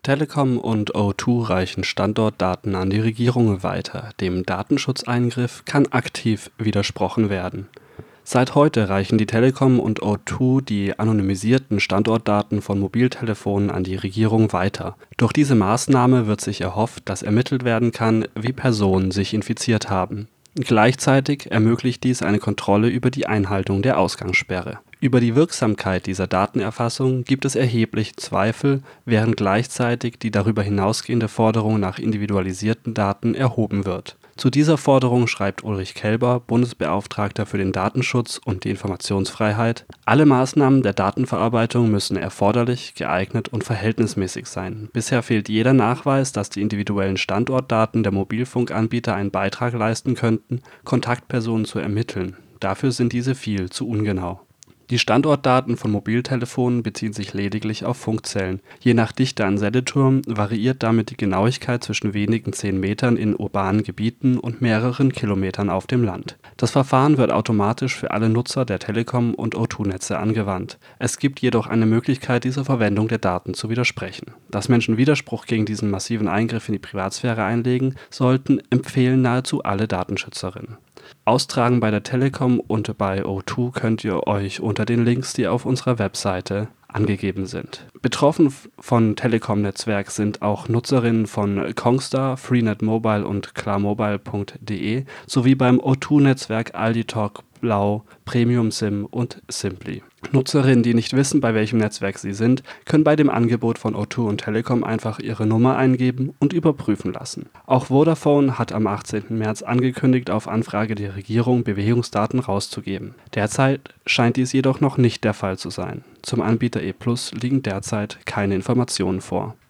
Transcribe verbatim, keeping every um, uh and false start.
Telekom und O zwei reichen Standortdaten an die Regierungen weiter. Dem Datenschutzeingriff kann aktiv widersprochen werden. Seit heute reichen die Telekom und O zwei die anonymisierten Standortdaten von Mobiltelefonen an die Regierung weiter. Durch diese Maßnahme wird sich erhofft, dass ermittelt werden kann, wie Personen sich infiziert haben. Gleichzeitig ermöglicht dies eine Kontrolle über die Einhaltung der Ausgangssperre. Über die Wirksamkeit dieser Datenerfassung gibt es erhebliche Zweifel, während gleichzeitig die darüber hinausgehende Forderung nach individualisierten Daten erhoben wird. Zu dieser Forderung schreibt Ulrich Kelber, Bundesbeauftragter für den Datenschutz und die Informationsfreiheit: Alle Maßnahmen der Datenverarbeitung müssen erforderlich, geeignet und verhältnismäßig sein. Bisher fehlt jeder Nachweis, dass die individuellen Standortdaten der Mobilfunkanbieter einen Beitrag leisten könnten, Kontaktpersonen zu ermitteln. Dafür sind diese viel zu ungenau. Die Standortdaten von Mobiltelefonen beziehen sich lediglich auf Funkzellen. Je nach Dichte an Sendeturm variiert damit die Genauigkeit zwischen wenigen zehn Metern in urbanen Gebieten und mehreren Kilometern auf dem Land. Das Verfahren wird automatisch für alle Nutzer der Telekom und O zwei Netze angewandt. Es gibt jedoch eine Möglichkeit, dieser Verwendung der Daten zu widersprechen. Dass Menschen Widerspruch gegen diesen massiven Eingriff in die Privatsphäre einlegen sollten, empfehlen nahezu alle Datenschützerinnen. Austragen bei der Telekom und bei O zwei könnt ihr euch unter den Links, die auf unserer Webseite angegeben sind. Betroffen von Telekom-Netzwerk sind auch Nutzerinnen von Congstar, Freenet Mobile und klarmobile punkt de sowie beim O zwei Netzwerk Alditalk, Blau, Premium SIM und Simply. Nutzerinnen, die nicht wissen, bei welchem Netzwerk sie sind, können bei dem Angebot von O zwei und Telekom einfach ihre Nummer eingeben und überprüfen lassen. Auch Vodafone hat am achtzehnten März angekündigt, auf Anfrage der Regierung Bewegungsdaten rauszugeben. Derzeit scheint dies jedoch noch nicht der Fall zu sein. Zum Anbieter E Plus liegen derzeit keine Informationen vor.